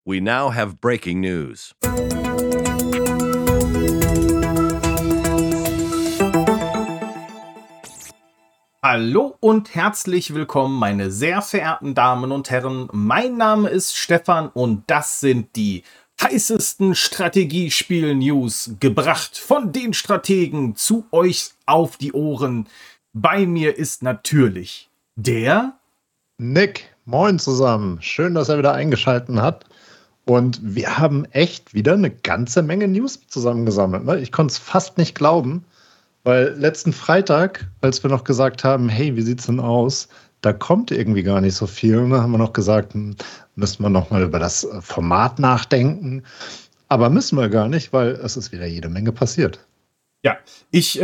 We now have breaking news. Hallo und herzlich willkommen, meine sehr verehrten Damen und Herren. Mein Name ist Stefan und das sind die heißesten Strategiespiel-News, gebracht von den Strategen zu euch auf die Ohren. Bei mir ist natürlich der Nick. Moin zusammen. Schön, dass er wieder eingeschaltet hat. Und wir haben echt wieder eine ganze Menge News zusammengesammelt. Ne? Ich konnte es fast nicht glauben, weil letzten Freitag, als wir noch gesagt haben, hey, wie sieht's denn aus? Da kommt irgendwie gar nicht so viel. Und dann haben wir noch gesagt, müssen wir noch mal über das Format nachdenken. Aber müssen wir gar nicht, weil es ist wieder jede Menge passiert. Ja, ich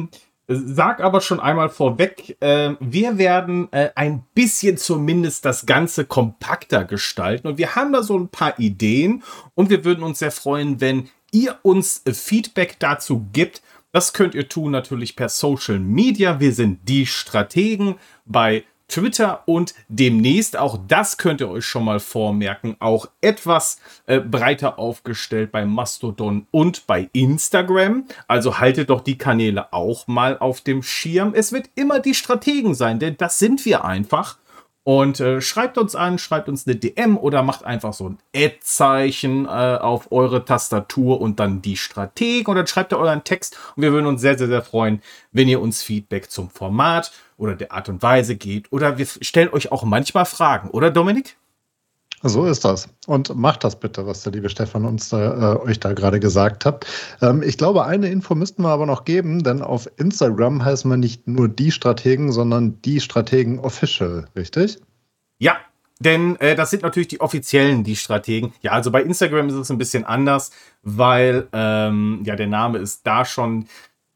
sag aber schon einmal vorweg, wir werden ein bisschen zumindest das Ganze kompakter gestalten und wir haben da so ein paar Ideen und wir würden uns sehr freuen, wenn ihr uns Feedback dazu gibt. Das könnt ihr tun natürlich per Social Media. Wir sind die Strategen bei Twitter und demnächst, auch das könnt ihr euch schon mal vormerken, auch etwas breiter aufgestellt bei Mastodon und bei Instagram. Also haltet doch die Kanäle auch mal auf dem Schirm. Es wird immer die Strategen sein, denn das sind wir einfach. Und schreibt uns an, schreibt uns eine DM oder macht einfach so ein Ad-Zeichen auf eure Tastatur und dann die Strategen und dann schreibt ihr euren Text und wir würden uns sehr, sehr, sehr freuen, wenn ihr uns Feedback zum Format oder der Art und Weise gebt oder wir stellen euch auch manchmal Fragen, oder Dominik? So ist das. Und macht das bitte, was der liebe Stefan euch da gerade gesagt hat. Ich glaube, eine Info müssten wir aber noch geben, denn auf Instagram heißen wir nicht nur die Strategen, sondern die Strategen Official, richtig? Ja, denn das sind natürlich die offiziellen, die Strategen. Ja, also bei Instagram ist es ein bisschen anders, weil ja der Name ist da schon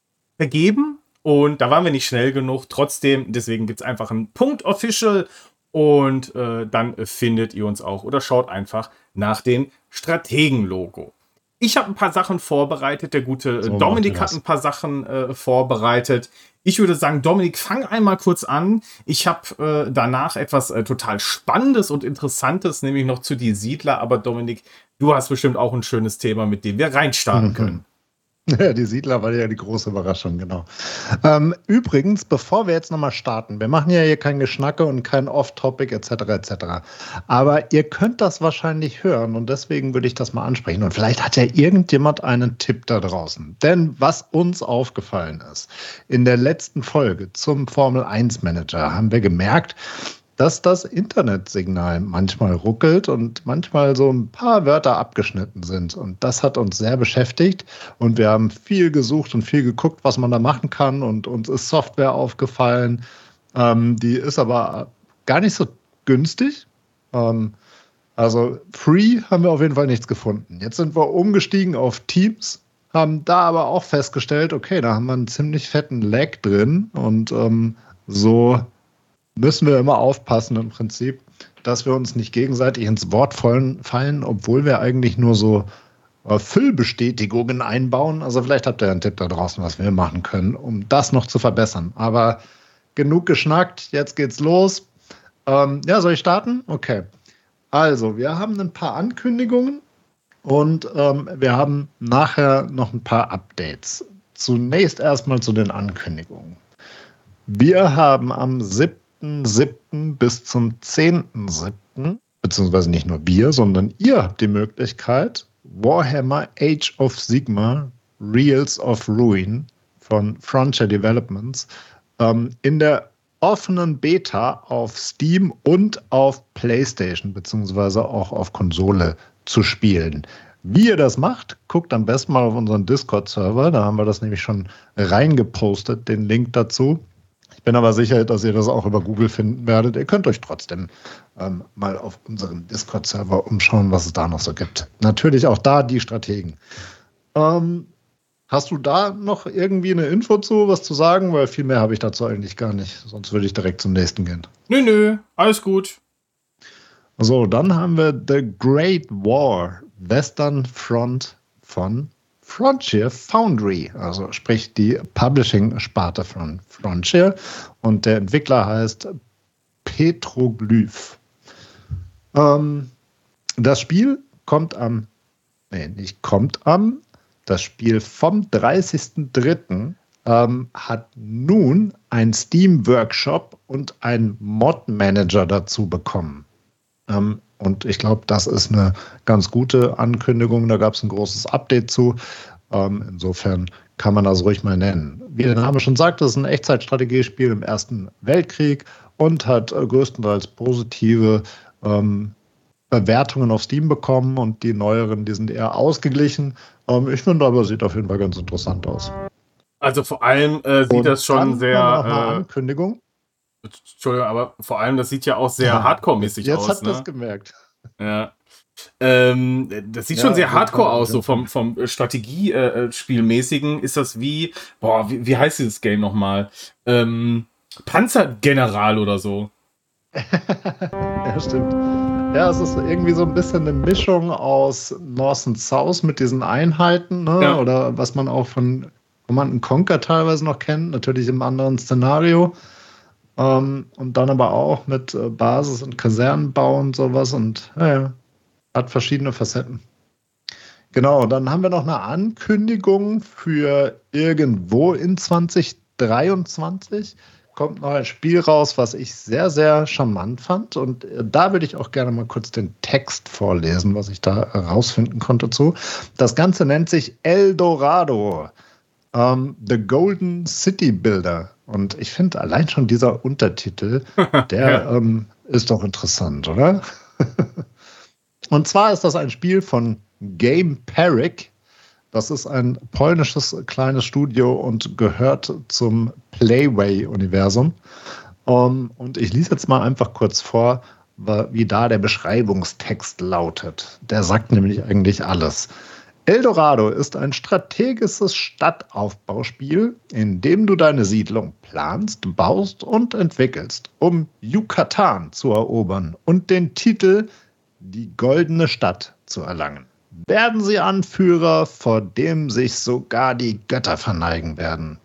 vergeben und da waren wir nicht schnell genug. Trotzdem, deswegen gibt es einfach einen Punkt Official. Und dann findet ihr uns auch oder schaut einfach nach dem Strategen-Logo. Ich habe ein paar Sachen vorbereitet. Der gute Dominik hat ein paar Sachen vorbereitet. Ich würde sagen, Dominik, fang einmal kurz an. Ich habe danach etwas total Spannendes und Interessantes, nämlich noch zu die Siedler. Aber Dominik, du hast bestimmt auch ein schönes Thema, mit dem wir reinstarten können. Ja, die Siedler war ja die große Überraschung, genau. Übrigens, bevor wir jetzt nochmal starten, wir machen ja hier kein Geschnacke und kein Off-Topic etc. etc. Aber ihr könnt das wahrscheinlich hören und deswegen würde ich das mal ansprechen. Und vielleicht hat ja irgendjemand einen Tipp da draußen. Denn was uns aufgefallen ist, in der letzten Folge zum Formel-1-Manager haben wir gemerkt, dass das Internetsignal manchmal ruckelt und manchmal so ein paar Wörter abgeschnitten sind. Und das hat uns sehr beschäftigt. Und wir haben viel gesucht und viel geguckt, was man da machen kann. Und uns ist Software aufgefallen. Die ist aber gar nicht so günstig. Also free haben wir auf jeden Fall nichts gefunden. Jetzt sind wir umgestiegen auf Teams, haben da aber auch festgestellt, okay, da haben wir einen ziemlich fetten Lag drin. Und so müssen wir immer aufpassen im Prinzip, dass wir uns nicht gegenseitig ins Wort fallen, obwohl wir eigentlich nur so Füllbestätigungen einbauen. Also vielleicht habt ihr einen Tipp da draußen, was wir machen können, um das noch zu verbessern. Aber genug geschnackt, jetzt geht's los. Ja, soll ich starten? Okay. Also, wir haben ein paar Ankündigungen und wir haben nachher noch ein paar Updates. Zunächst erstmal zu den Ankündigungen. Wir haben am 7. bis zum 10.7., beziehungsweise nicht nur wir, sondern ihr habt die Möglichkeit, Warhammer Age of Sigmar Reels of Ruin von Frontier Developments in der offenen Beta auf Steam und auf PlayStation, beziehungsweise auch auf Konsole zu spielen. Wie ihr das macht, guckt am besten mal auf unseren Discord-Server, da haben wir das nämlich schon reingepostet, den Link dazu. Ich bin aber sicher, dass ihr das auch über Google finden werdet. Ihr könnt euch trotzdem mal auf unserem Discord-Server umschauen, was es da noch so gibt. Natürlich auch da die Strategen. Hast du da noch irgendwie eine Info zu, was zu sagen? Weil viel mehr habe ich dazu eigentlich gar nicht. Sonst würde ich direkt zum nächsten gehen. Nö, alles gut. So, dann haben wir The Great War, Western Front von Frontier Foundry, also sprich die Publishing-Sparte von Frontier. Und der Entwickler heißt Petroglyph. Das Spiel das Spiel vom 30.03. Hat nun ein Steam-Workshop und einen Mod-Manager dazu bekommen. Und ich glaube, das ist eine ganz gute Ankündigung. Da gab es ein großes Update zu. Insofern kann man das ruhig mal nennen. Wie der Name schon sagt, das ist ein Echtzeitstrategiespiel im Ersten Weltkrieg und hat größtenteils positive Bewertungen auf Steam bekommen, und die neueren, die sind eher ausgeglichen. Ich finde aber, sieht auf jeden Fall ganz interessant aus. Also vor allem sieht das schon sehr... Ankündigung. Entschuldigung, aber vor allem, das sieht ja auch sehr Hardcore-mäßig aus. Jetzt habt ihr das gemerkt. Ja. Das sieht schon sehr Hardcore aus, so vom Strategiespielmäßigen ist das wie heißt dieses Game nochmal? Panzergeneral oder so. Ja, stimmt. Ja, es ist irgendwie so ein bisschen eine Mischung aus North and South mit diesen Einheiten, ne? Ja. Oder was man auch von Command & Conquer teilweise noch kennt, natürlich im anderen Szenario. Und dann aber auch mit Basis- und Kasernenbau und sowas, und hat verschiedene Facetten. Genau, dann haben wir noch eine Ankündigung für irgendwo in 2023. Kommt noch ein Spiel raus, was ich sehr, sehr charmant fand. Und da würde ich auch gerne mal kurz den Text vorlesen, was ich da herausfinden konnte zu. Das Ganze nennt sich El Dorado, The Golden City Builder. Und ich finde allein schon dieser Untertitel, der ist doch interessant, oder? Und zwar ist das ein Spiel von Game Peric. Das ist ein polnisches kleines Studio und gehört zum Playway-Universum. Und ich lese jetzt mal einfach kurz vor, wie da der Beschreibungstext lautet. Der sagt nämlich eigentlich alles. El Dorado ist ein strategisches Stadtaufbauspiel, in dem du deine Siedlung planst, baust und entwickelst, um Yucatan zu erobern und den Titel Die Goldene Stadt zu erlangen. Werden sie Anführer, vor dem sich sogar die Götter verneigen werden.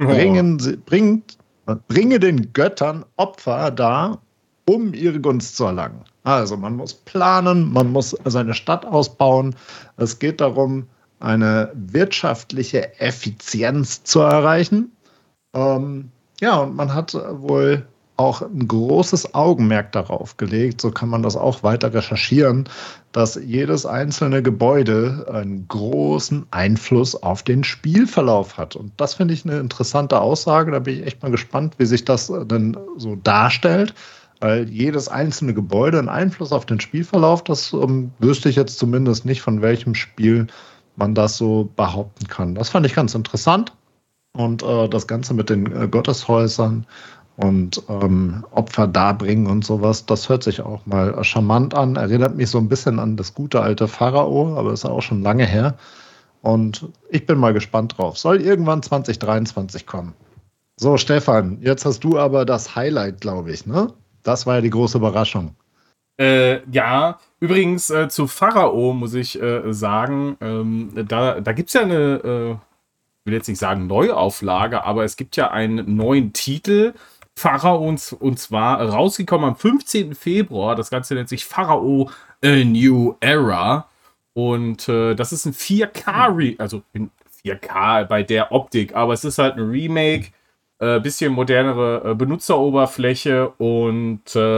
Bringe den Göttern Opfer dar, um ihre Gunst zu erlangen. Also man muss planen, man muss seine Stadt ausbauen. Es geht darum, eine wirtschaftliche Effizienz zu erreichen. Und man hat wohl auch ein großes Augenmerk darauf gelegt, so kann man das auch weiter recherchieren, dass jedes einzelne Gebäude einen großen Einfluss auf den Spielverlauf hat. Und das finde ich eine interessante Aussage. Da bin ich echt mal gespannt, wie sich das dann so darstellt. Weil jedes einzelne Gebäude einen Einfluss auf den Spielverlauf, das wüsste ich jetzt zumindest nicht, von welchem Spiel man das so behaupten kann. Das fand ich ganz interessant. Und das Ganze mit den Gotteshäusern und Opfer darbringen und sowas, das hört sich auch mal charmant an. Erinnert mich so ein bisschen an das gute alte Pharao, aber ist auch schon lange her. Und ich bin mal gespannt drauf. Soll irgendwann 2023 kommen. So, Stefan, jetzt hast du aber das Highlight, glaube ich, ne? Das war ja die große Überraschung. Ja, übrigens zu Pharao muss ich sagen, da gibt es ja eine, ich will jetzt nicht sagen Neuauflage, aber es gibt ja einen neuen Titel, Pharao, und zwar rausgekommen am 15. Februar. Das Ganze nennt sich Pharao A New Era. Und das ist ein 4K, also in 4K bei der Optik, aber es ist halt ein Remake, bisschen modernere Benutzeroberfläche und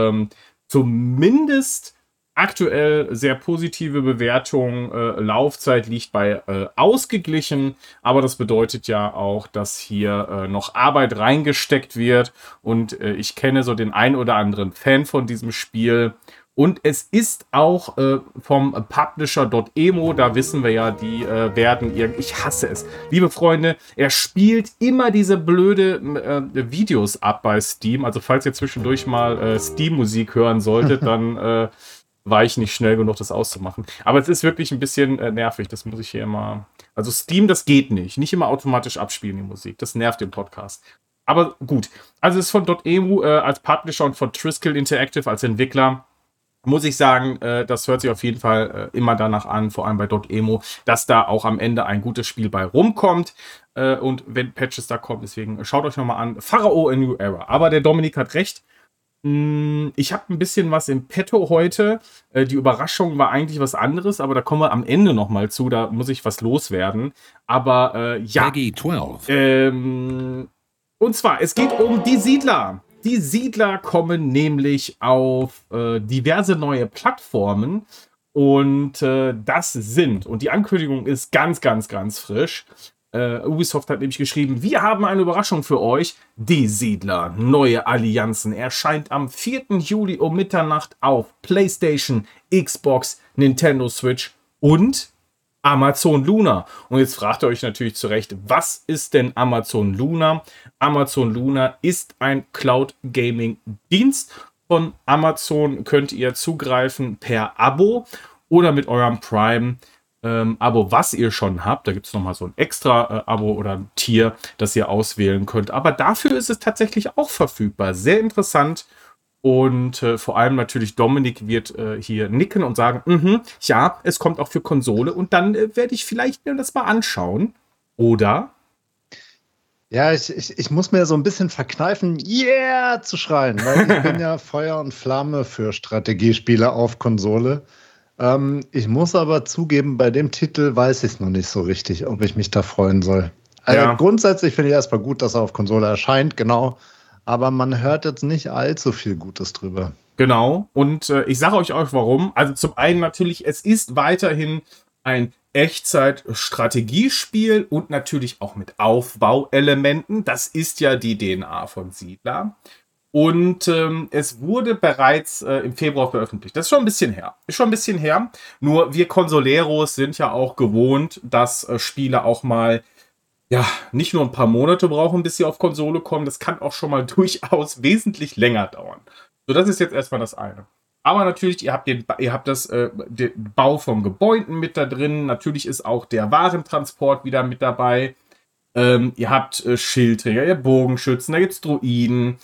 zumindest aktuell sehr positive Bewertung. Laufzeit liegt bei ausgeglichen, aber das bedeutet ja auch, dass hier noch Arbeit reingesteckt wird, und ich kenne so den ein oder anderen Fan von diesem Spiel. Und es ist auch vom Publisher .emo, da wissen wir ja, die ich hasse es. Liebe Freunde, er spielt immer diese blöde Videos ab bei Steam. Also falls ihr zwischendurch mal Steam-Musik hören solltet, dann war ich nicht schnell genug, das auszumachen. Aber es ist wirklich ein bisschen nervig, das muss ich hier immer... Also Steam, das geht nicht. Nicht immer automatisch abspielen, die Musik. Das nervt den Podcast. Aber gut, also es ist von .emo als Publisher und von Triskill Interactive als Entwickler. Muss ich sagen, das hört sich auf jeden Fall immer danach an, vor allem bei .emo, dass da auch am Ende ein gutes Spiel bei rumkommt. Und wenn Patches da kommen, deswegen schaut euch nochmal an. Pharao A New Era. Aber der Dominik hat recht. Ich habe ein bisschen was im Petto heute. Die Überraschung war eigentlich was anderes, aber da kommen wir am Ende nochmal zu. Da muss ich was loswerden. Aber ja. Peggy 12. Und zwar, es geht um die Siedler. Die Siedler kommen nämlich auf diverse neue Plattformen. Und das sind, und die Ankündigung ist ganz, ganz, ganz frisch. Ubisoft hat nämlich geschrieben, wir haben eine Überraschung für euch. Die Siedler, neue Allianzen, erscheint am 4. Juli um Mitternacht auf PlayStation, Xbox, Nintendo Switch und Amazon Luna. Und jetzt fragt ihr euch natürlich zu Recht, was ist denn Amazon Luna? Amazon Luna ist ein Cloud-Gaming-Dienst. Von Amazon könnt ihr zugreifen per Abo oder mit eurem Prime Abo, was ihr schon habt. Da gibt es nochmal so ein extra Abo oder ein Tier, das ihr auswählen könnt. Aber dafür ist es tatsächlich auch verfügbar. Sehr interessant. Und vor allem natürlich Dominik wird hier nicken und sagen, ja, es kommt auch für Konsole. Und dann werde ich vielleicht mir das mal anschauen. Oder? Ja, ich muss mir so ein bisschen verkneifen, yeah, zu schreien, weil ich bin ja Feuer und Flamme für Strategiespiele auf Konsole. Ich muss aber zugeben, bei dem Titel weiß ich es noch nicht so richtig, ob ich mich da freuen soll. Also grundsätzlich finde ich erstmal gut, dass er auf Konsole erscheint, genau. Aber man hört jetzt nicht allzu viel Gutes drüber. Genau. Und ich sage euch auch warum. Also zum einen natürlich, es ist weiterhin ein Echtzeit-Strategiespiel und natürlich auch mit Aufbauelementen. Das ist ja die DNA von Siedler. Und es wurde bereits im Februar veröffentlicht. Das ist schon ein bisschen her. Nur wir Consoleros sind ja auch gewohnt, dass Spiele auch mal nicht nur ein paar Monate brauchen, bis sie auf Konsole kommen. Das kann auch schon mal durchaus wesentlich länger dauern. So, das ist jetzt erstmal das eine. Aber natürlich, ihr habt den Bau von Gebäuden mit da drin. Natürlich ist auch der Warentransport wieder mit dabei. Ihr habt Schildträger, ihr habt Bogenschützen, da gibt es Druiden.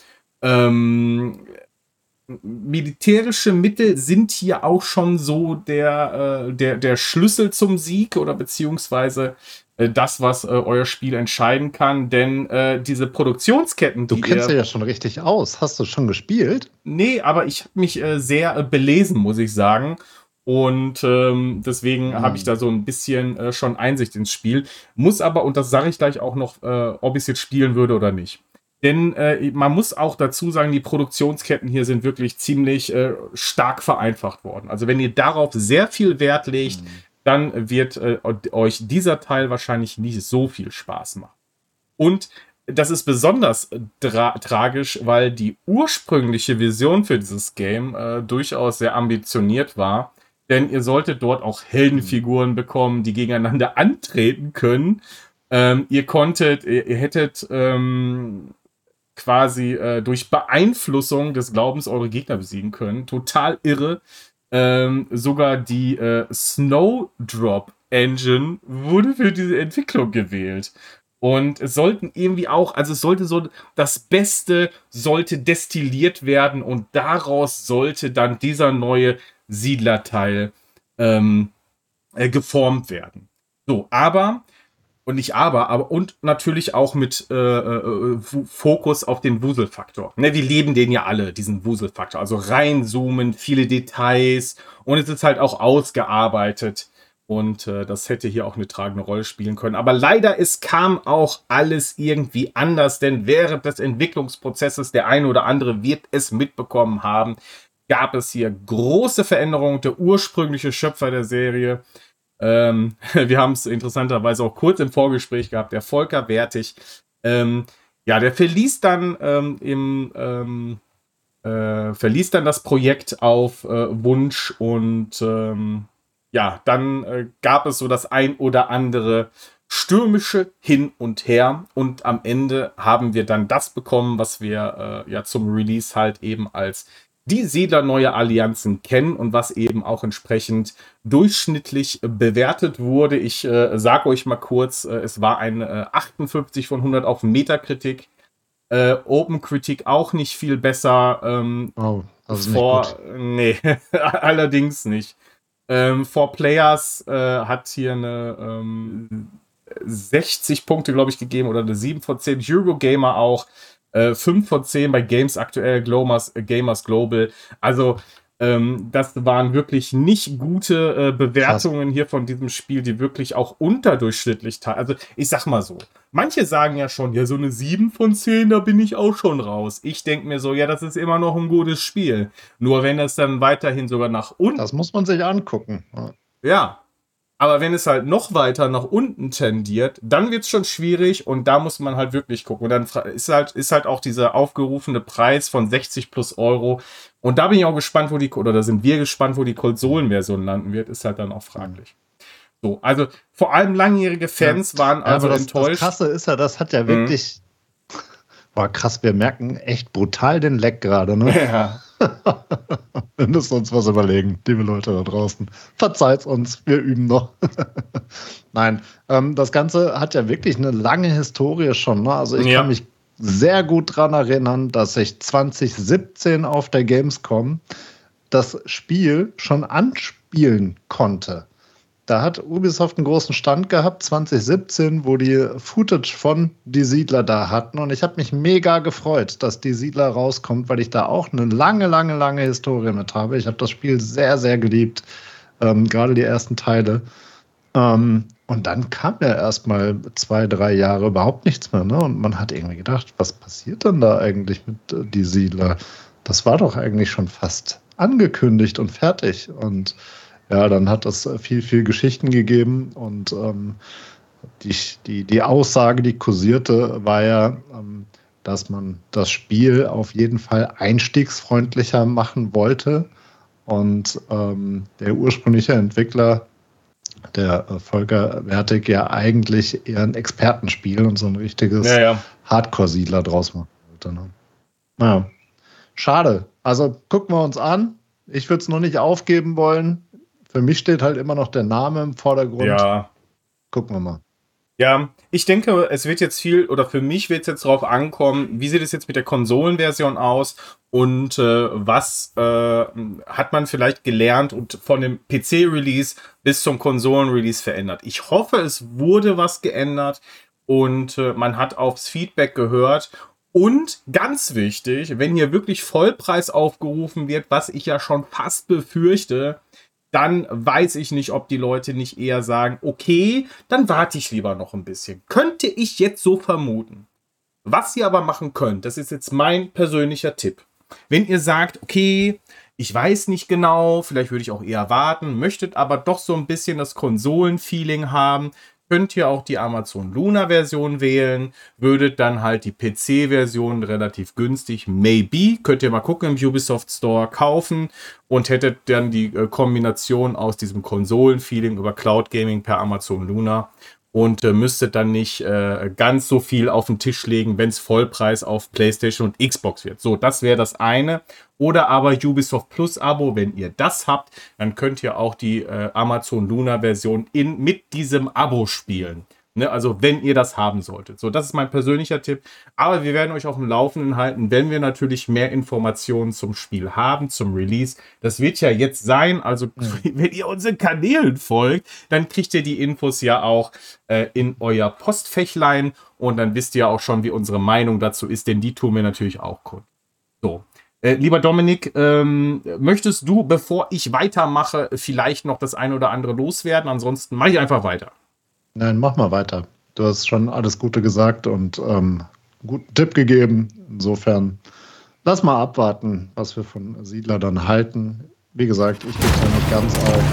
Militärische Mittel sind hier auch schon so der Schlüssel zum Sieg oder beziehungsweise das, was euer Spiel entscheiden kann. Denn diese Produktionsketten, Du kennst ja schon richtig aus. Hast du schon gespielt? Nee, aber ich habe mich sehr belesen, muss ich sagen. Und deswegen habe ich da so ein bisschen schon Einsicht ins Spiel. Muss aber, und das sage ich gleich auch noch, ob ich es jetzt spielen würde oder nicht. Denn man muss auch dazu sagen, die Produktionsketten hier sind wirklich ziemlich stark vereinfacht worden. Also wenn ihr darauf sehr viel Wert legt, dann wird euch dieser Teil wahrscheinlich nicht so viel Spaß machen. Und das ist besonders tragisch, weil die ursprüngliche Vision für dieses Game durchaus sehr ambitioniert war. Denn ihr solltet dort auch Heldenfiguren bekommen, die gegeneinander antreten können. Ihr hättet quasi durch Beeinflussung des Glaubens eure Gegner besiegen können. Total irre. Sogar die Snowdrop Engine wurde für diese Entwicklung gewählt. Und es sollten irgendwie auch, also es sollte so, das Beste sollte destilliert werden und daraus sollte dann dieser neue Siedlerteil geformt werden. So, und natürlich auch mit Fokus auf den Wuselfaktor. Ne, wir leben den ja alle, diesen Wuselfaktor. Also reinzoomen, viele Details und es ist halt auch ausgearbeitet. Und das hätte hier auch eine tragende Rolle spielen können. Aber leider, es kam auch alles irgendwie anders, denn während des Entwicklungsprozesses, der eine oder andere wird es mitbekommen haben, gab es hier große Veränderungen. Der ursprüngliche Schöpfer der Serie, wir haben es interessanterweise auch kurz im Vorgespräch gehabt, der Volker Wertig, der verließ dann das Projekt auf Wunsch und dann gab es so das ein oder andere stürmische Hin und Her und am Ende haben wir dann das bekommen, was wir zum Release halt eben als die Siedler neue Allianzen kennen und was eben auch entsprechend durchschnittlich bewertet wurde. Ich sage euch mal kurz, es war ein 58 von 100 auf Metacritic. OpenCritic auch nicht viel besser. Das ist nicht gut. Nee, allerdings nicht. 4Players hat hier eine 60 Punkte, glaube ich, gegeben oder eine 7 von 10. Eurogamer auch. 5 von 10 bei Games aktuell, Gamers Global. Also das waren wirklich nicht gute Bewertungen hier von diesem Spiel, die wirklich auch unterdurchschnittlich Also ich sag mal so, manche sagen ja schon, ja so eine 7 von 10, da bin ich auch schon raus. Ich denke mir so, ja das ist immer noch ein gutes Spiel. Nur wenn es dann weiterhin sogar nach unten... Das muss man sich angucken. Ja, aber wenn es halt noch weiter nach unten tendiert, dann wird es schon schwierig und da muss man halt wirklich gucken. Und dann ist halt auch dieser aufgerufene Preis von 60 plus Euro. Und da bin ich auch gespannt, da sind wir gespannt, wo die Konsolenversion landen wird, ist halt dann auch fraglich. So, also vor allem langjährige Fans waren also enttäuscht. Das Krasse ist ja, das hat ja wirklich... Boah, krass, wir merken echt brutal den Leck gerade, ne? Ja. Wir müssen uns was überlegen, liebe Leute da draußen. Verzeiht uns, wir üben noch. Nein, das Ganze hat ja wirklich eine lange Historie schon. Ne? Also ich kann mich sehr gut daran erinnern, dass ich 2017 auf der Gamescom das Spiel schon anspielen konnte. Da hat Ubisoft einen großen Stand gehabt, 2017, wo die Footage von Die Siedler da hatten. Und ich habe mich mega gefreut, dass Die Siedler rauskommt, weil ich da auch eine lange Historie mit habe. Ich habe das Spiel sehr, sehr geliebt, gerade die ersten Teile. Und dann kam ja erstmal 2-3 Jahre überhaupt nichts mehr. Ne? Und man hat irgendwie gedacht, was passiert denn da eigentlich mit Die Siedler? Das war doch eigentlich schon fast angekündigt und fertig. Und ja, dann hat es viel Geschichten gegeben und die Aussage, die kursierte, war ja, dass man das Spiel auf jeden Fall einstiegsfreundlicher machen wollte und der ursprüngliche Entwickler, der Volker Wertig, ja eigentlich eher ein Expertenspiel und so ein richtiges Hardcore-Siedler draus machen wollte. Ne? Naja, schade. Also gucken wir uns an. Ich würde es noch nicht aufgeben wollen. Für mich steht halt immer noch der Name im Vordergrund. Ja. Gucken wir mal. Ja, ich denke, es wird jetzt für mich wird es jetzt drauf ankommen, wie sieht es jetzt mit der Konsolenversion aus und was hat man vielleicht gelernt und von dem PC-Release bis zum Konsolen-Release verändert. Ich hoffe, es wurde was geändert und man hat aufs Feedback gehört. Und ganz wichtig, wenn hier wirklich Vollpreis aufgerufen wird, was ich ja schon fast befürchte, dann weiß ich nicht, ob die Leute nicht eher sagen, okay, dann warte ich lieber noch ein bisschen. Könnte ich jetzt so vermuten. Was ihr aber machen könnt, das ist jetzt mein persönlicher Tipp. Wenn ihr sagt, okay, ich weiß nicht genau, vielleicht würde ich auch eher warten, möchtet aber doch so ein bisschen das Konsolen-Feeling haben, könnt ihr auch die Amazon Luna-Version wählen, würdet dann halt die PC-Version relativ günstig, maybe, könnt ihr mal gucken im Ubisoft Store kaufen und hättet dann die Kombination aus diesem Konsolen-Feeling über Cloud Gaming per Amazon Luna und müsstet dann nicht ganz so viel auf den Tisch legen, wenn es Vollpreis auf PlayStation und Xbox wird. So, das wäre das eine. Oder aber Ubisoft Plus Abo, wenn ihr das habt, dann könnt ihr auch die Amazon Luna Version mit diesem Abo spielen. Ne? Also wenn ihr das haben solltet. So, das ist mein persönlicher Tipp. Aber wir werden euch auf dem Laufenden halten, wenn wir natürlich mehr Informationen zum Spiel haben, zum Release. Das wird ja jetzt sein. Also wenn ihr unseren Kanälen folgt, dann kriegt ihr die Infos ja auch in euer Postfächlein. Und dann wisst ihr auch schon, wie unsere Meinung dazu ist. Denn die tun wir natürlich auch kund. So. Lieber Dominik, möchtest du, bevor ich weitermache, vielleicht noch das eine oder andere loswerden? Ansonsten mache ich einfach weiter. Nein, mach mal weiter. Du hast schon alles Gute gesagt und einen guten Tipp gegeben. Insofern, lass mal abwarten, was wir von Siedler dann halten. Wie gesagt, ich gebe es ja nicht ganz auf.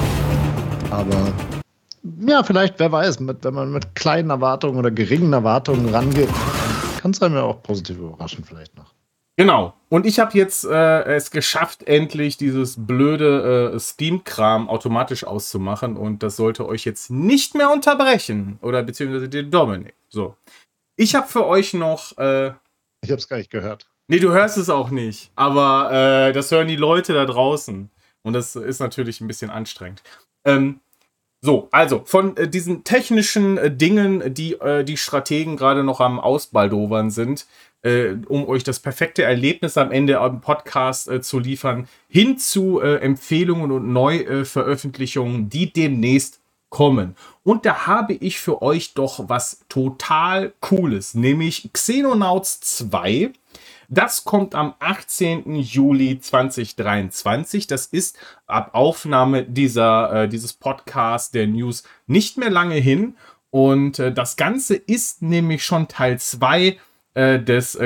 Aber ja, vielleicht, wer weiß, wenn man mit kleinen Erwartungen oder geringen Erwartungen rangeht, kann es einem ja auch positiv überraschen vielleicht noch. Genau. Und ich habe jetzt es geschafft, endlich dieses blöde Steam-Kram automatisch auszumachen. Und das sollte euch jetzt nicht mehr unterbrechen. Oder beziehungsweise den Dominik. So. Ich habe für euch noch... ich habe es gar nicht gehört. Nee, du hörst es auch nicht. Aber das hören die Leute da draußen. Und das ist natürlich ein bisschen anstrengend. So, also von diesen technischen Dingen, die die Strategen gerade noch am Ausbaldowern sind, um euch das perfekte Erlebnis am Ende am Podcast zu liefern, hin zu Empfehlungen und Neuveröffentlichungen, die demnächst kommen. Und da habe ich für euch doch was total Cooles, nämlich Xenonauts 2 Das kommt am 18. Juli 2023. Das ist ab Aufnahme dieses Podcasts der News nicht mehr lange hin. Und das Ganze ist nämlich schon Teil 2 des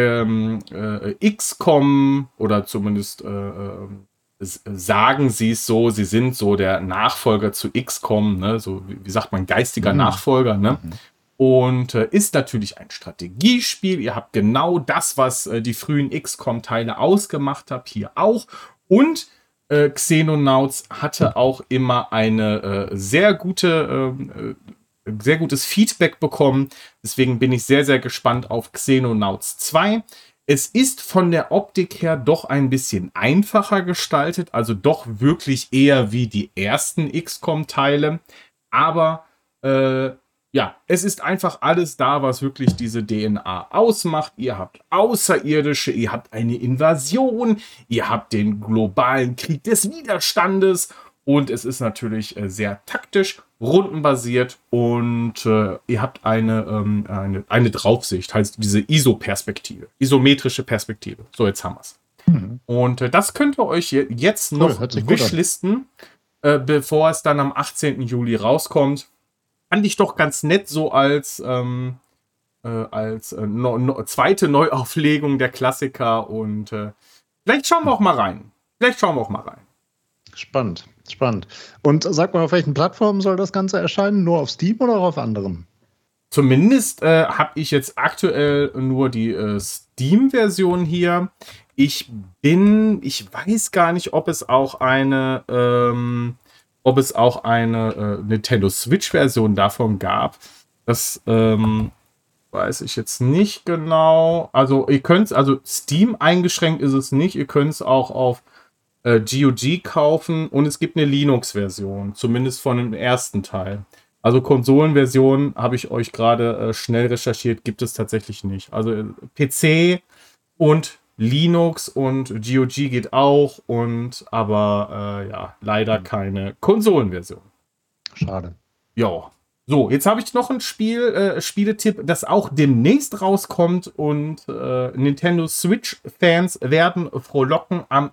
XCOM, oder zumindest sagen sie es so, sie sind so der Nachfolger zu XCOM, ne? So wie sagt man, geistiger Nachfolger, ne? Und ist natürlich ein Strategiespiel. Ihr habt genau das, was die frühen XCOM-Teile ausgemacht hat, hier auch. Und Xenonauts hatte auch immer eine sehr gutes Feedback bekommen. Deswegen bin ich sehr, sehr gespannt auf Xenonauts 2. Es ist von der Optik her doch ein bisschen einfacher gestaltet, also doch wirklich eher wie die ersten XCOM-Teile. Aber ja, es ist einfach alles da, was wirklich diese DNA ausmacht. Ihr habt Außerirdische, ihr habt eine Invasion, ihr habt den globalen Krieg des Widerstandes und es ist natürlich sehr taktisch, rundenbasiert und ihr habt eine Draufsicht, heißt diese ISO-Perspektive, isometrische Perspektive. So, jetzt haben wir es. Und das könnt ihr euch jetzt noch wishlisten, bevor es dann am 18. Juli rauskommt. Fand ich doch ganz nett, so als zweite Neuauflegung der Klassiker. Und vielleicht schauen wir auch mal rein. Spannend. Und sag mal, auf welchen Plattformen soll das Ganze erscheinen? Nur auf Steam oder auch auf anderen? Zumindest habe ich jetzt aktuell nur die Steam-Version hier. Ich weiß gar nicht, ob es auch eine Nintendo Switch-Version davon gab. Das weiß ich jetzt nicht genau. Also Steam eingeschränkt ist es nicht. Ihr könnt es auch auf GOG kaufen und es gibt eine Linux-Version, zumindest von dem ersten Teil. Also Konsolenversion habe ich euch gerade schnell recherchiert, gibt es tatsächlich nicht. Also PC und Linux und GOG geht auch, aber ja, leider keine Konsolenversion. Schade. Ja. So, jetzt habe ich noch ein Spieletipp, das auch demnächst rauskommt und Nintendo Switch-Fans werden frohlocken. Am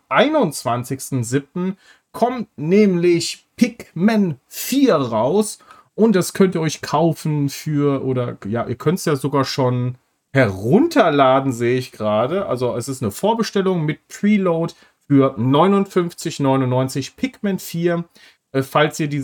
21.07. kommt nämlich Pikmin 4 raus und das könnt ihr euch kaufen ihr könnt es ja sogar schon herunterladen, sehe ich gerade. Also es ist eine Vorbestellung mit Preload für 59,99 Pikmin 4. Falls ihr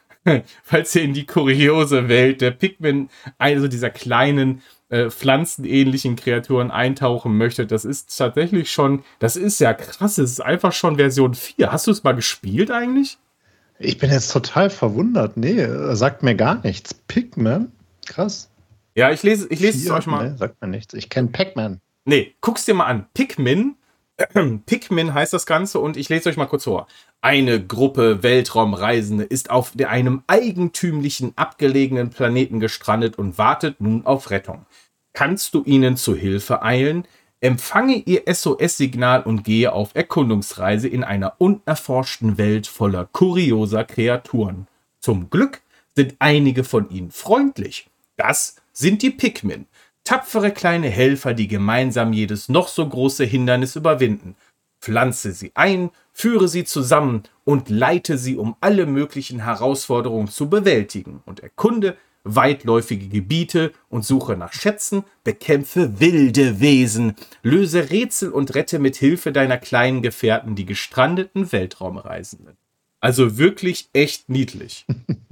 in die kuriose Welt der Pikmin, also dieser kleinen pflanzenähnlichen Kreaturen eintauchen möchtet, das ist tatsächlich schon, das ist ja krass, es ist einfach schon Version 4. Hast du es mal gespielt eigentlich? Ich bin jetzt total verwundert. Nee, sagt mir gar nichts. Pikmin? Krass. Ja, ich lese es euch mal. Nee, sagt mir nichts. Ich kenne Pac-Man. Nee, guck's dir mal an. Pikmin heißt das Ganze und ich lese euch mal kurz vor. Eine Gruppe Weltraumreisende ist auf einem eigentümlichen, abgelegenen Planeten gestrandet und wartet nun auf Rettung. Kannst du ihnen zu Hilfe eilen? Empfange ihr SOS-Signal und gehe auf Erkundungsreise in einer unerforschten Welt voller kurioser Kreaturen. Zum Glück sind einige von ihnen freundlich. Das sind die Pikmin. Tapfere kleine Helfer, die gemeinsam jedes noch so große Hindernis überwinden. Pflanze sie ein, führe sie zusammen und leite sie, um alle möglichen Herausforderungen zu bewältigen. Und erkunde weitläufige Gebiete und suche nach Schätzen, bekämpfe wilde Wesen, löse Rätsel und rette mit Hilfe deiner kleinen Gefährten die gestrandeten Weltraumreisenden. Also wirklich echt niedlich.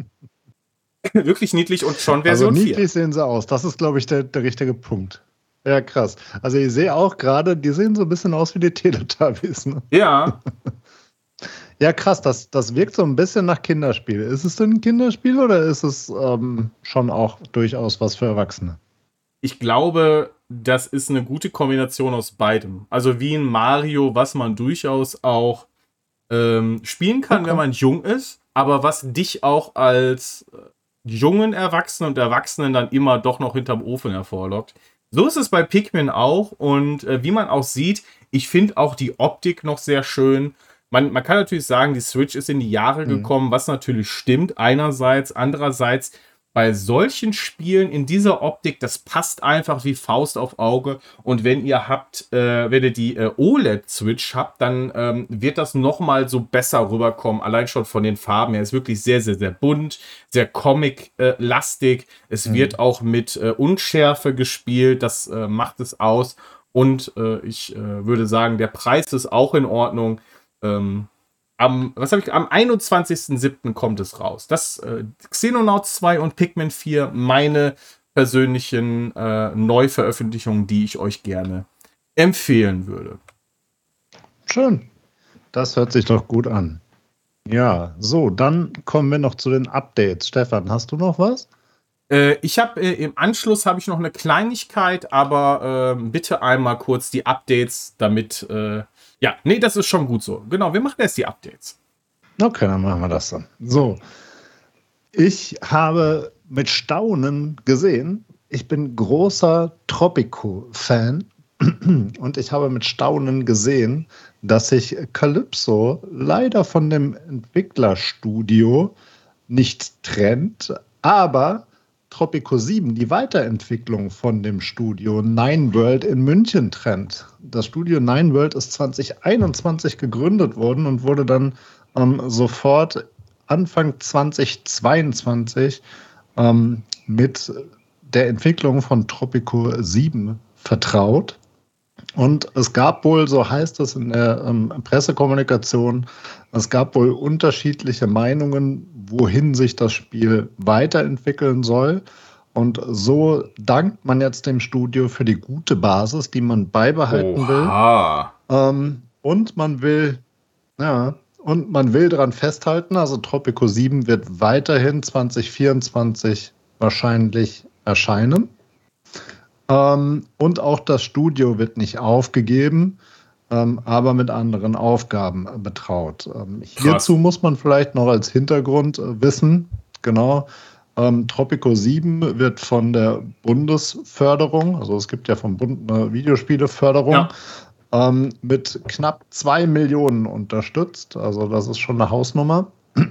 Wirklich niedlich und schon Version 4. Also niedlich sehen sie aus. Das ist, glaube ich, der richtige Punkt. Ja, krass. Also ich sehe auch gerade, die sehen so ein bisschen aus wie die Teletubbies. Ne? Ja. Ja, krass. Das wirkt so ein bisschen nach Kinderspiel. Ist es denn ein Kinderspiel oder ist es schon auch durchaus was für Erwachsene? Ich glaube, das ist eine gute Kombination aus beidem. Also wie ein Mario, was man durchaus auch spielen kann, wenn man jung ist, aber was dich auch als jungen Erwachsenen und Erwachsenen dann immer doch noch hinterm Ofen hervorlockt. So ist es bei Pikmin auch und wie man auch sieht, ich finde auch die Optik noch sehr schön. Man kann natürlich sagen, die Switch ist in die Jahre gekommen, was natürlich stimmt einerseits. Andererseits bei solchen Spielen in dieser Optik, das passt einfach wie Faust auf Auge. Und wenn ihr die OLED-Switch habt, dann wird das nochmal so besser rüberkommen. Allein schon von den Farben her. Ist wirklich sehr, sehr, sehr bunt, sehr Comic-lastig. Es wird auch mit Unschärfe gespielt. Das macht es aus. Und ich würde sagen, der Preis ist auch in Ordnung. Am 21.07. kommt es raus. Das Xenonauts 2 und Pikmin 4, meine persönlichen Neuveröffentlichungen, die ich euch gerne empfehlen würde. Schön. Das hört sich doch gut an. Ja, so, dann kommen wir noch zu den Updates. Stefan, hast du noch was? Ich habe im Anschluss habe ich noch eine Kleinigkeit, aber bitte einmal kurz die Updates, damit das ist schon gut so. Genau, wir machen erst die Updates. Okay, dann machen wir das dann. So, ich habe mit Staunen gesehen, ich bin großer Tropico-Fan und ich habe mit Staunen gesehen, dass sich Calypso leider von dem Entwicklerstudio nicht trennt, aber Tropico 7, die Weiterentwicklung von dem Studio Nine World in München trennt. Das Studio Nine World ist 2021 gegründet worden und wurde dann sofort Anfang 2022 mit der Entwicklung von Tropico 7 vertraut. Und es gab wohl, so heißt es in der Pressekommunikation, es gab wohl unterschiedliche Meinungen, wohin sich das Spiel weiterentwickeln soll. Und so dankt man jetzt dem Studio für die gute Basis, die man beibehalten will. Und man will daran festhalten, also Tropico 7 wird weiterhin 2024 wahrscheinlich erscheinen. Und auch das Studio wird nicht aufgegeben, aber mit anderen Aufgaben betraut. Hierzu muss man vielleicht noch als Hintergrund wissen, genau, Tropico 7 wird von der Bundesförderung, also es gibt ja vom Bund eine Videospieleförderung, mit knapp 2 Millionen unterstützt. Also das ist schon eine Hausnummer.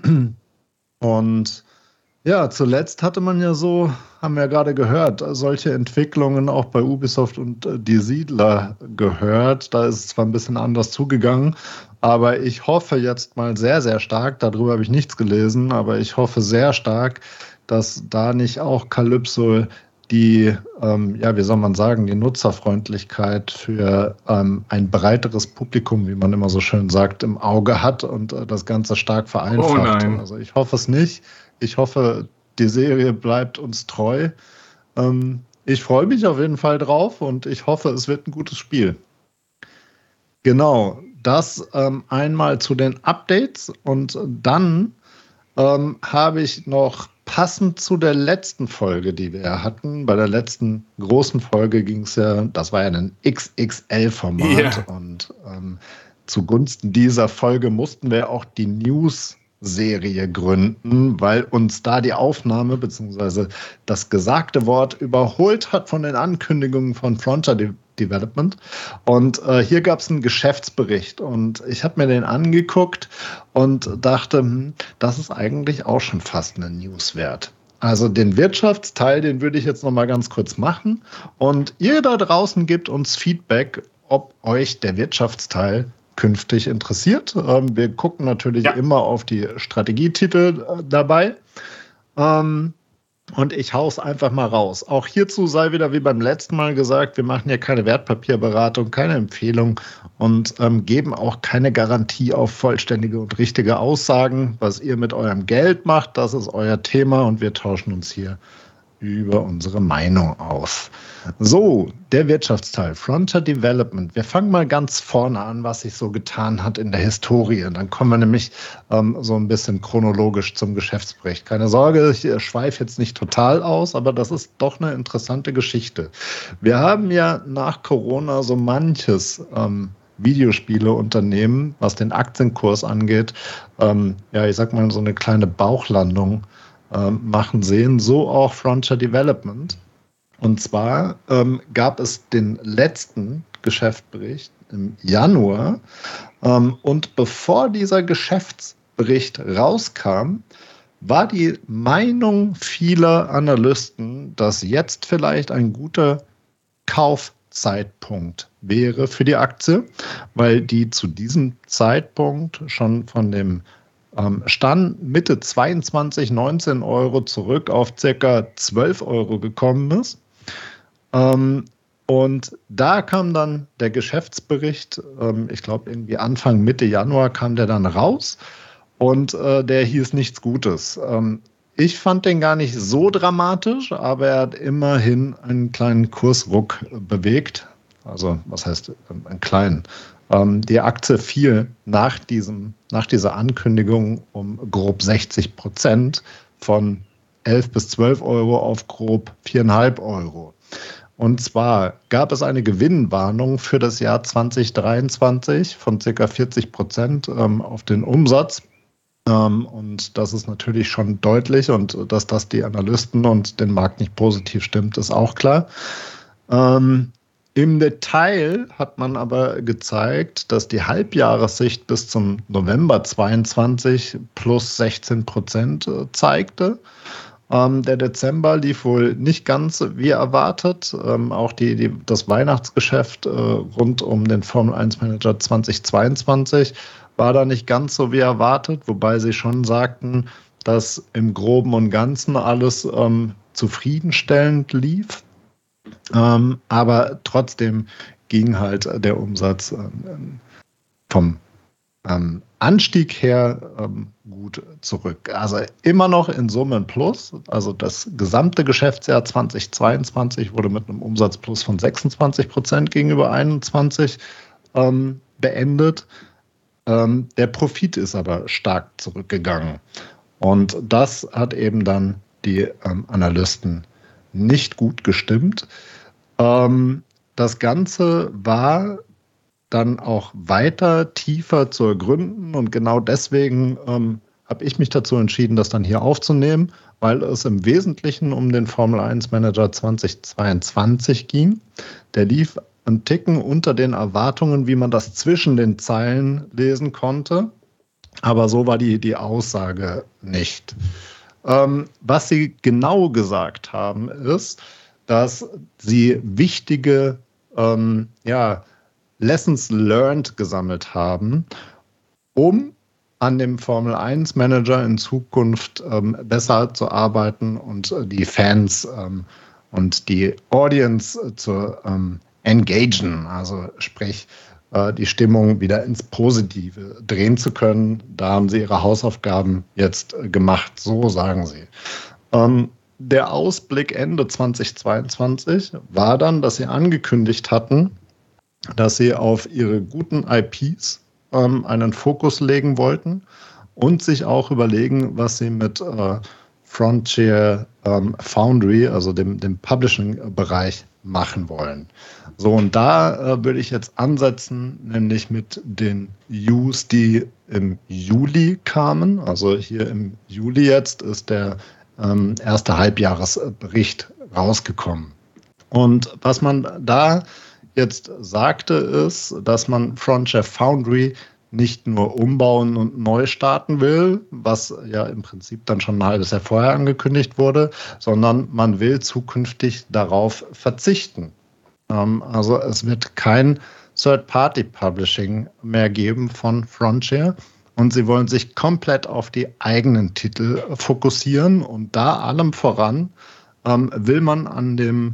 Und ja, zuletzt hatte man ja so, haben wir ja gerade gehört, solche Entwicklungen auch bei Ubisoft und Die Siedler gehört. Da ist es zwar ein bisschen anders zugegangen, aber ich hoffe jetzt mal sehr, sehr stark, darüber habe ich nichts gelesen, aber ich hoffe sehr stark, dass da nicht auch Calypso die, wie soll man sagen, die Nutzerfreundlichkeit für ein breiteres Publikum, wie man immer so schön sagt, im Auge hat und das Ganze stark vereinfacht. Oh nein. Also ich hoffe es nicht. Ich hoffe, die Serie bleibt uns treu. Ich freue mich auf jeden Fall drauf und ich hoffe, es wird ein gutes Spiel. Genau, das einmal zu den Updates und dann habe ich noch passend zu der letzten Folge, die wir hatten. Bei der letzten großen Folge ging es ja, das war ja ein XXL-Format und zugunsten dieser Folge mussten wir auch die News-Serie gründen, weil uns da die Aufnahme bzw. das gesagte Wort überholt hat von den Ankündigungen von Frontier Development. Und hier gab es einen Geschäftsbericht und ich habe mir den angeguckt und dachte, das ist eigentlich auch schon fast eine News wert. Also den Wirtschaftsteil, den würde ich jetzt noch mal ganz kurz machen und ihr da draußen gebt uns Feedback, ob euch der Wirtschaftsteil künftig interessiert. Wir gucken natürlich immer auf die Strategietitel dabei. Und ich hau's einfach mal raus. Auch hierzu sei wieder wie beim letzten Mal gesagt, wir machen ja keine Wertpapierberatung, keine Empfehlung und geben auch keine Garantie auf vollständige und richtige Aussagen. Was ihr mit eurem Geld macht, das ist euer Thema und wir tauschen uns hier über unsere Meinung aus. So, der Wirtschaftsteil, Frontier Development. Wir fangen mal ganz vorne an, was sich so getan hat in der Historie. Dann kommen wir nämlich so ein bisschen chronologisch zum Geschäftsbericht. Keine Sorge, ich schweife jetzt nicht total aus, aber das ist doch eine interessante Geschichte. Wir haben ja nach Corona so manches Videospieleunternehmen, was den Aktienkurs angeht, ich sag mal so eine kleine Bauchlandung machen sehen, so auch Frontier Development. Und zwar gab es den letzten Geschäftsbericht im Januar und bevor dieser Geschäftsbericht rauskam, war die Meinung vieler Analysten, dass jetzt vielleicht ein guter Kaufzeitpunkt wäre für die Aktie, weil die zu diesem Zeitpunkt schon von dem Stand Mitte 22, 19 Euro zurück auf circa 12 Euro gekommen ist. Und da kam dann der Geschäftsbericht, ich glaube irgendwie Anfang, Mitte Januar kam der dann raus und der hieß nichts Gutes. Ich fand den gar nicht so dramatisch, aber er hat immerhin einen kleinen Kursruck bewegt. Also was heißt einen kleinen? Die Aktie fiel nach dieser Ankündigung um grob 60% von 11 bis 12 Euro auf grob 4,5 Euro. Und zwar gab es eine Gewinnwarnung für das Jahr 2023 von ca. 40% auf den Umsatz. Und das ist natürlich schon deutlich, und dass das die Analysten und den Markt nicht positiv stimmt, ist auch klar. Im Detail hat man aber gezeigt, dass die Halbjahressicht bis zum November 22 plus 16% zeigte. Der Dezember lief wohl nicht ganz wie erwartet. Auch das Weihnachtsgeschäft rund um den Formel 1 Manager 2022 war da nicht ganz so wie erwartet, wobei sie schon sagten, dass im Groben und Ganzen alles zufriedenstellend lief. Aber trotzdem ging halt der Umsatz vom Anstieg her gut zurück. Also immer noch in Summe ein Plus. Also das gesamte Geschäftsjahr 2022 wurde mit einem Umsatzplus von 26% gegenüber 21 beendet. Der Profit ist aber stark zurückgegangen. Und das hat eben dann die Analysten nicht gut gestimmt. Das Ganze war dann auch weiter tiefer zu ergründen, und genau deswegen habe ich mich dazu entschieden, das dann hier aufzunehmen, weil es im Wesentlichen um den Formel 1 Manager 2022 ging. Der lief einen Ticken unter den Erwartungen, wie man das zwischen den Zeilen lesen konnte, aber so war die Aussage nicht. Was sie genau gesagt haben, ist, dass sie wichtige Lessons learned gesammelt haben, um an dem Formel 1 Manager in Zukunft besser zu arbeiten und die Fans und die Audience zu engagen, also sprich die Stimmung wieder ins Positive drehen zu können. Da haben sie ihre Hausaufgaben jetzt gemacht, so sagen sie. Der Ausblick Ende 2022 war dann, dass sie angekündigt hatten, dass sie auf ihre guten IPs einen Fokus legen wollten und sich auch überlegen, was sie mit Frontier Foundry, also dem Publishing-Bereich, machen wollen. So, und da würde ich jetzt ansetzen, nämlich mit den News, die im Juli kamen. Also hier im Juli jetzt ist der erste Halbjahresbericht rausgekommen. Und was man da jetzt sagte, ist, dass man Frontier Foundry nicht nur umbauen und neu starten will, was ja im Prinzip dann schon ein halbes Jahr vorher angekündigt wurde, sondern man will zukünftig darauf verzichten. Also es wird kein Third-Party-Publishing mehr geben von Frontier, und sie wollen sich komplett auf die eigenen Titel fokussieren, und da allem voran will man an den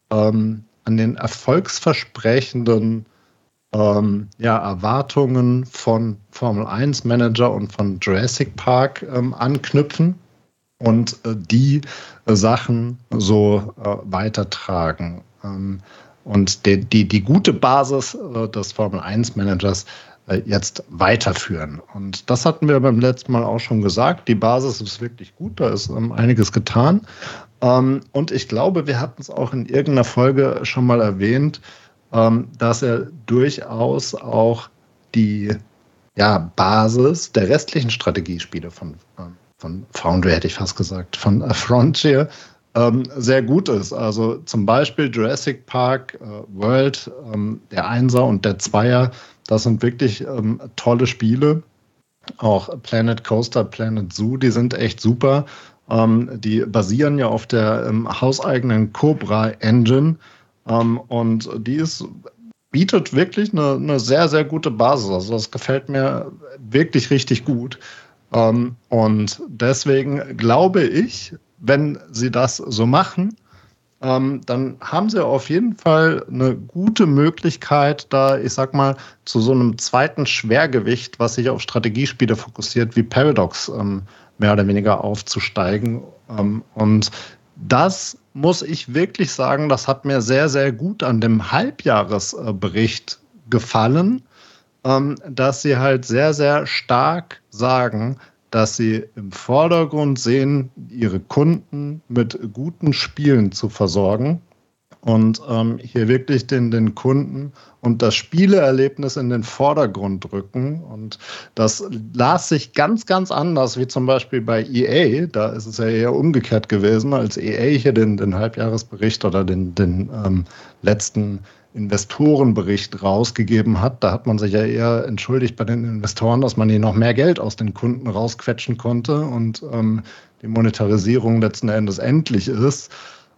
erfolgsversprechenden Erwartungen von Formel 1 Manager und von Jurassic Park anknüpfen und die Sachen so weitertragen. Und die gute Basis des Formel 1 Managers jetzt weiterführen. Und das hatten wir beim letzten Mal auch schon gesagt. Die Basis ist wirklich gut, da ist einiges getan. Und ich glaube, wir hatten es auch in irgendeiner Folge schon mal erwähnt, dass er durchaus auch die Basis der restlichen Strategiespiele von Foundry, hätte ich fast gesagt, von Frontier sehr gut ist. Also zum Beispiel Jurassic Park World, der Einser und der Zweier, das sind wirklich tolle Spiele. Auch Planet Coaster, Planet Zoo, die sind echt super. Die basieren ja auf der hauseigenen Cobra Engine. Und bietet wirklich eine sehr, sehr gute Basis. Also das gefällt mir wirklich richtig gut. Und deswegen glaube ich, wenn sie das so machen, dann haben sie auf jeden Fall eine gute Möglichkeit, da, ich sag mal, zu so einem zweiten Schwergewicht, was sich auf Strategiespiele fokussiert, wie Paradox, mehr oder weniger aufzusteigen. Und das muss ich wirklich sagen, das hat mir sehr, sehr gut an dem Halbjahresbericht gefallen, dass sie halt sehr, sehr stark sagen, dass sie im Vordergrund sehen, ihre Kunden mit guten Spielen zu versorgen und hier wirklich den Kunden und das Spieleerlebnis in den Vordergrund rücken. Und das las sich ganz, ganz anders, wie zum Beispiel bei EA. Da ist es ja eher umgekehrt gewesen, als EA hier den Halbjahresbericht oder den letzten Investorenbericht rausgegeben hat. Da hat man sich ja eher entschuldigt bei den Investoren, dass man hier noch mehr Geld aus den Kunden rausquetschen konnte und die Monetarisierung letzten Endes endlich ist.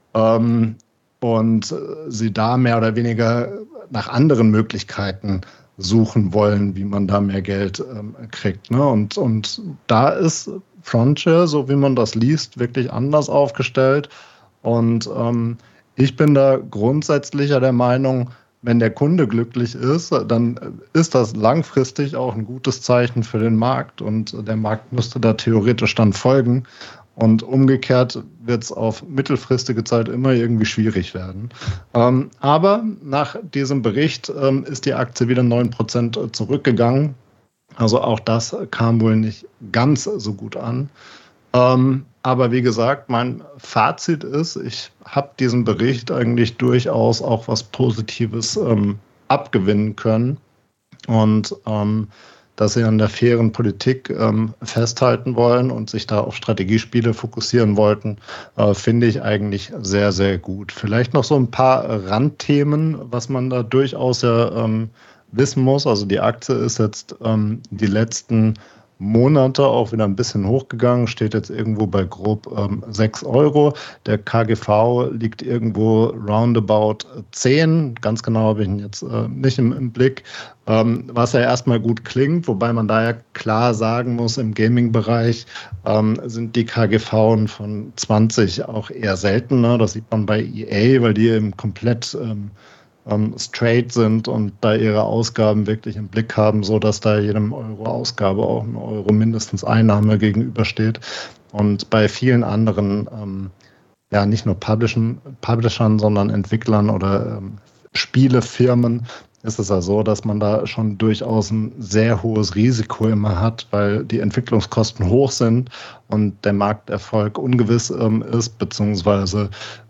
Und sie da mehr oder weniger nach anderen Möglichkeiten suchen wollen, wie man da mehr Geld kriegt. Ne? Und da ist Frontier, so wie man das liest, wirklich anders aufgestellt. Und ich bin da grundsätzlicher der Meinung, wenn der Kunde glücklich ist, dann ist das langfristig auch ein gutes Zeichen für den Markt und der Markt müsste da theoretisch dann folgen. Und umgekehrt wird es auf mittelfristige Zeit immer irgendwie schwierig werden. Aber nach diesem Bericht ist die Aktie wieder 9% zurückgegangen. Also auch das kam wohl nicht ganz so gut an. Aber wie gesagt, mein Fazit ist, ich habe diesen Bericht eigentlich durchaus auch was Positives abgewinnen können. Und dass sie an der fairen Politik festhalten wollen und sich da auf Strategiespiele fokussieren wollten, finde ich eigentlich sehr, sehr gut. Vielleicht noch so ein paar Randthemen, was man da durchaus ja wissen muss. Also die Aktie ist jetzt die letzten Monate auch wieder ein bisschen hochgegangen, steht jetzt irgendwo bei grob 6 Euro. Der KGV liegt irgendwo roundabout 10. Ganz genau habe ich ihn jetzt nicht im Blick. Was ja erstmal gut klingt, wobei man da ja klar sagen muss, im Gaming-Bereich sind die KGV von 20 auch eher seltener. Das sieht man bei EA, weil die eben komplett straight sind und da ihre Ausgaben wirklich im Blick haben, so dass da jedem Euro Ausgabe auch ein Euro mindestens Einnahme gegenübersteht. Und bei vielen anderen, ja nicht nur Publishern, sondern Entwicklern oder Spielefirmen ist es ja so, dass man da schon durchaus ein sehr hohes Risiko immer hat, weil die Entwicklungskosten hoch sind und der Markterfolg ungewiss ist, beziehungsweise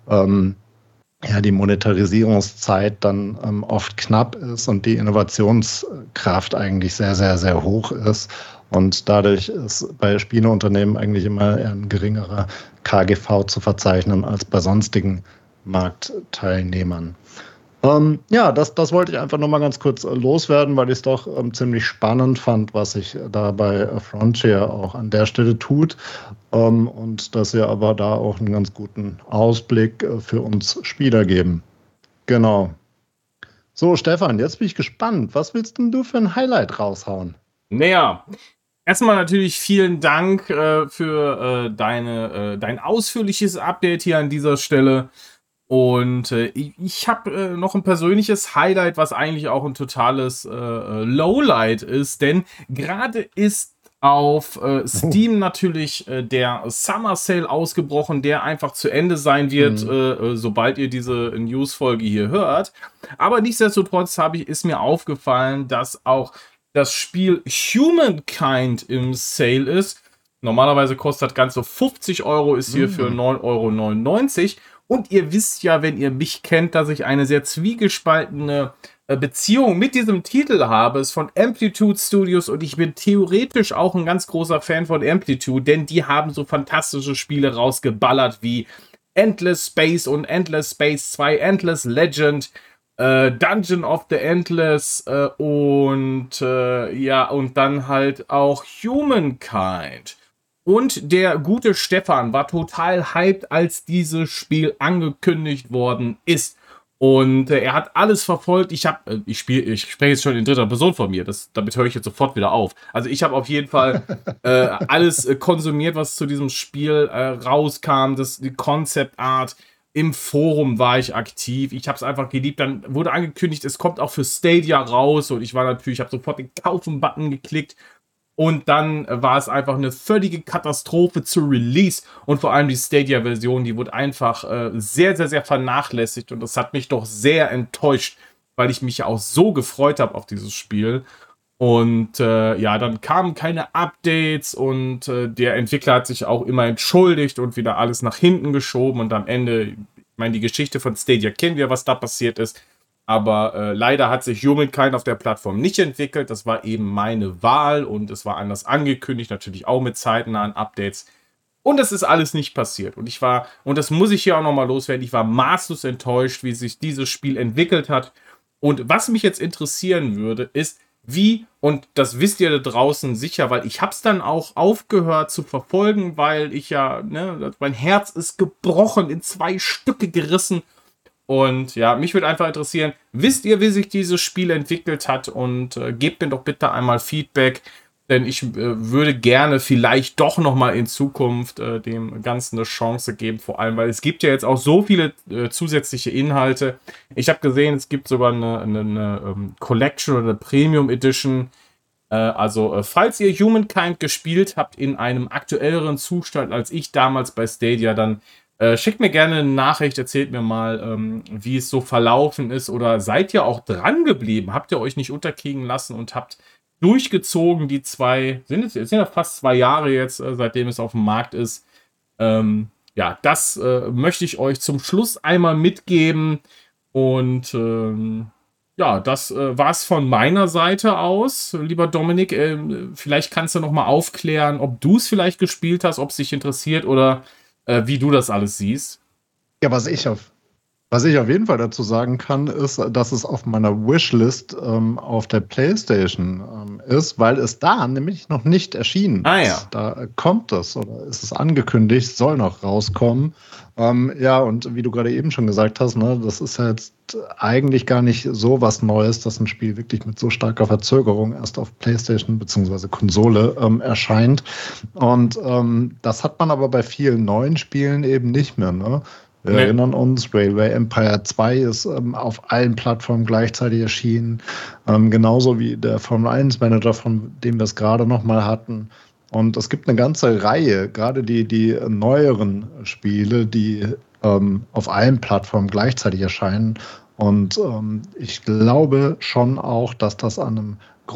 ja, die Monetarisierungszeit dann oft knapp ist und die Innovationskraft eigentlich sehr, sehr, sehr hoch ist. Und dadurch ist bei Spieleunternehmen eigentlich immer eher ein geringerer KGV zu verzeichnen als bei sonstigen Marktteilnehmern. Ja, das wollte ich einfach nur mal ganz kurz loswerden, weil ich es doch ziemlich spannend fand, was sich da bei Frontier auch an der Stelle tut. Und dass sie aber da auch einen ganz guten Ausblick für uns Spieler geben. Genau. So, Stefan, jetzt bin ich gespannt. Was willst denn du für ein Highlight raushauen? Naja, erstmal natürlich vielen Dank für dein ausführliches Update hier an dieser Stelle. Und ich habe noch ein persönliches Highlight, was eigentlich auch ein totales Lowlight ist, denn gerade ist auf Steam natürlich der Summer Sale ausgebrochen, der einfach zu Ende sein wird, sobald ihr diese News-Folge hier hört. Aber nichtsdestotrotz ist mir aufgefallen, dass auch das Spiel Humankind im Sale ist. Normalerweise kostet das Ganze 50 Euro, ist hier für 9,99 Euro. Und ihr wisst ja, wenn ihr mich kennt, dass ich eine sehr zwiegespaltene Beziehung mit diesem Titel habe. Es ist von Amplitude Studios und ich bin theoretisch auch ein ganz großer Fan von Amplitude, denn die haben so fantastische Spiele rausgeballert wie Endless Space und Endless Space 2, Endless Legend, Dungeon of the Endless und dann halt auch Humankind. Und der gute Stefan war total hyped, als dieses Spiel angekündigt worden ist. Und er hat alles verfolgt. Ich spreche jetzt schon in dritter Person von mir. Damit höre ich jetzt sofort wieder auf. Also ich habe auf jeden Fall alles konsumiert, was zu diesem Spiel rauskam. Die Concept Art. Im Forum war ich aktiv. Ich habe es einfach geliebt. Dann wurde angekündigt, es kommt auch für Stadia raus. Und ich habe sofort den Kaufen-Button geklickt. Und dann war es einfach eine völlige Katastrophe zu Release. Und vor allem die Stadia-Version, die wurde einfach sehr, sehr, sehr vernachlässigt. Und das hat mich doch sehr enttäuscht, weil ich mich ja auch so gefreut habe auf dieses Spiel. Und dann kamen keine Updates und der Entwickler hat sich auch immer entschuldigt und wieder alles nach hinten geschoben. Und am Ende, ich meine, die Geschichte von Stadia kennen wir, was da passiert ist. Aber leider hat sich Humankind auf der Plattform nicht entwickelt. Das war eben meine Wahl und es war anders angekündigt, natürlich auch mit zeitnahen Updates. Und das ist alles nicht passiert. Und das muss ich hier auch nochmal loswerden, ich war maßlos enttäuscht, wie sich dieses Spiel entwickelt hat. Und was mich jetzt interessieren würde, ist, wie, und das wisst ihr da draußen sicher, weil ich habe es dann auch aufgehört zu verfolgen, weil mein Herz ist gebrochen, in 2 Stücke gerissen. Und ja, mich würde einfach interessieren, wisst ihr, wie sich dieses Spiel entwickelt hat? Und gebt mir doch bitte einmal Feedback, denn ich würde gerne vielleicht doch nochmal in Zukunft dem Ganzen eine Chance geben, vor allem, weil es gibt ja jetzt auch so viele zusätzliche Inhalte. Ich habe gesehen, es gibt sogar eine Collection oder eine Premium Edition. Falls ihr Humankind gespielt habt in einem aktuelleren Zustand als ich damals bei Stadia, dann schickt mir gerne eine Nachricht, erzählt mir mal, wie es so verlaufen ist. Oder seid ihr auch dran geblieben? Habt ihr euch nicht unterkriegen lassen und habt durchgezogen die sind ja fast 2 Jahre jetzt, seitdem es auf dem Markt ist. Das möchte ich euch zum Schluss einmal mitgeben. Und das war's von meiner Seite aus, lieber Dominik. Vielleicht kannst du noch mal aufklären, ob du es vielleicht gespielt hast, ob es dich interessiert oder wie du das alles siehst. Ja, was ich auf jeden Fall dazu sagen kann, ist, dass es auf meiner Wishlist auf der PlayStation ist, weil es da nämlich noch nicht erschienen ist. Da kommt es oder ist es angekündigt, soll noch rauskommen. Und wie du gerade eben schon gesagt hast, ne, das ist ja jetzt eigentlich gar nicht so was Neues, dass ein Spiel wirklich mit so starker Verzögerung erst auf PlayStation bzw. Konsole erscheint. Und das hat man aber bei vielen neuen Spielen eben nicht mehr, ne? Wir erinnern uns, Railway Empire 2 ist auf allen Plattformen gleichzeitig erschienen. Genauso wie der Formel 1 Manager, von dem wir es gerade noch mal hatten. Und es gibt eine ganze Reihe, gerade die neueren Spiele, die auf allen Plattformen gleichzeitig erscheinen. Und ich glaube schon auch, dass das auf einen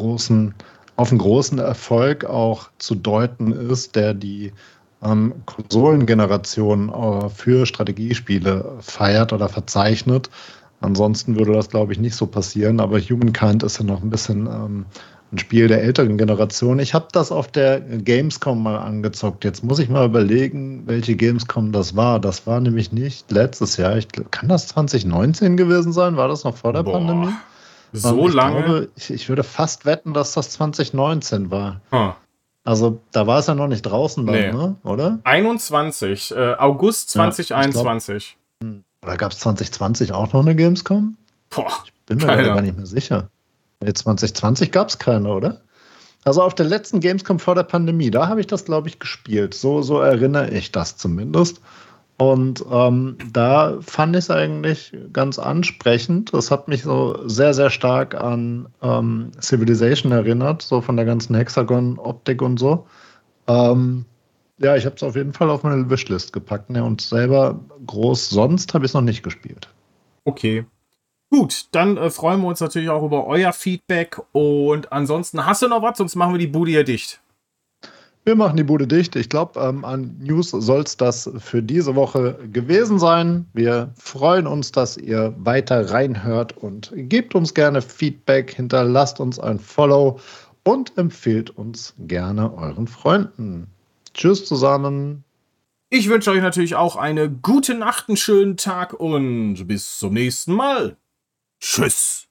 großen Erfolg auch zu deuten ist, der die Konsolengeneration für Strategiespiele feiert oder verzeichnet. Ansonsten würde das, glaube ich, nicht so passieren. Aber Humankind ist ja noch ein bisschen ein Spiel der älteren Generation. Ich habe das auf der Gamescom mal angezockt. Jetzt muss ich mal überlegen, welche Gamescom das war. Das war nämlich nicht letztes Jahr. Kann das 2019 gewesen sein? War das noch vor der Pandemie? So lange? Ich würde fast wetten, dass das 2019 war. Also, da war es ja noch nicht draußen, ne? Oder? 21, August 2021. Oder gab es 2020 auch noch eine Gamescom? Ich bin mir gar nicht mehr sicher. 2020 gab es keine, oder? Also auf der letzten Gamescom vor der Pandemie, da habe ich das, glaube ich, gespielt. So erinnere ich das zumindest. Und da fand ich es eigentlich ganz ansprechend. Das hat mich so sehr, sehr stark an Civilization erinnert, so von der ganzen Hexagon-Optik und so. Ich habe es auf jeden Fall auf meine Wishlist gepackt. Ne? Und selber groß sonst habe ich es noch nicht gespielt. Okay. Gut, dann freuen wir uns natürlich auch über euer Feedback. Und ansonsten, hast du noch was? Sonst machen wir die Bude hier dicht. Wir machen die Bude dicht. Ich glaube, an News soll es das für diese Woche gewesen sein. Wir freuen uns, dass ihr weiter reinhört und gebt uns gerne Feedback, hinterlasst uns ein Follow und empfehlt uns gerne euren Freunden. Tschüss zusammen. Ich wünsche euch natürlich auch eine gute Nacht, einen schönen Tag und bis zum nächsten Mal. Tschüss.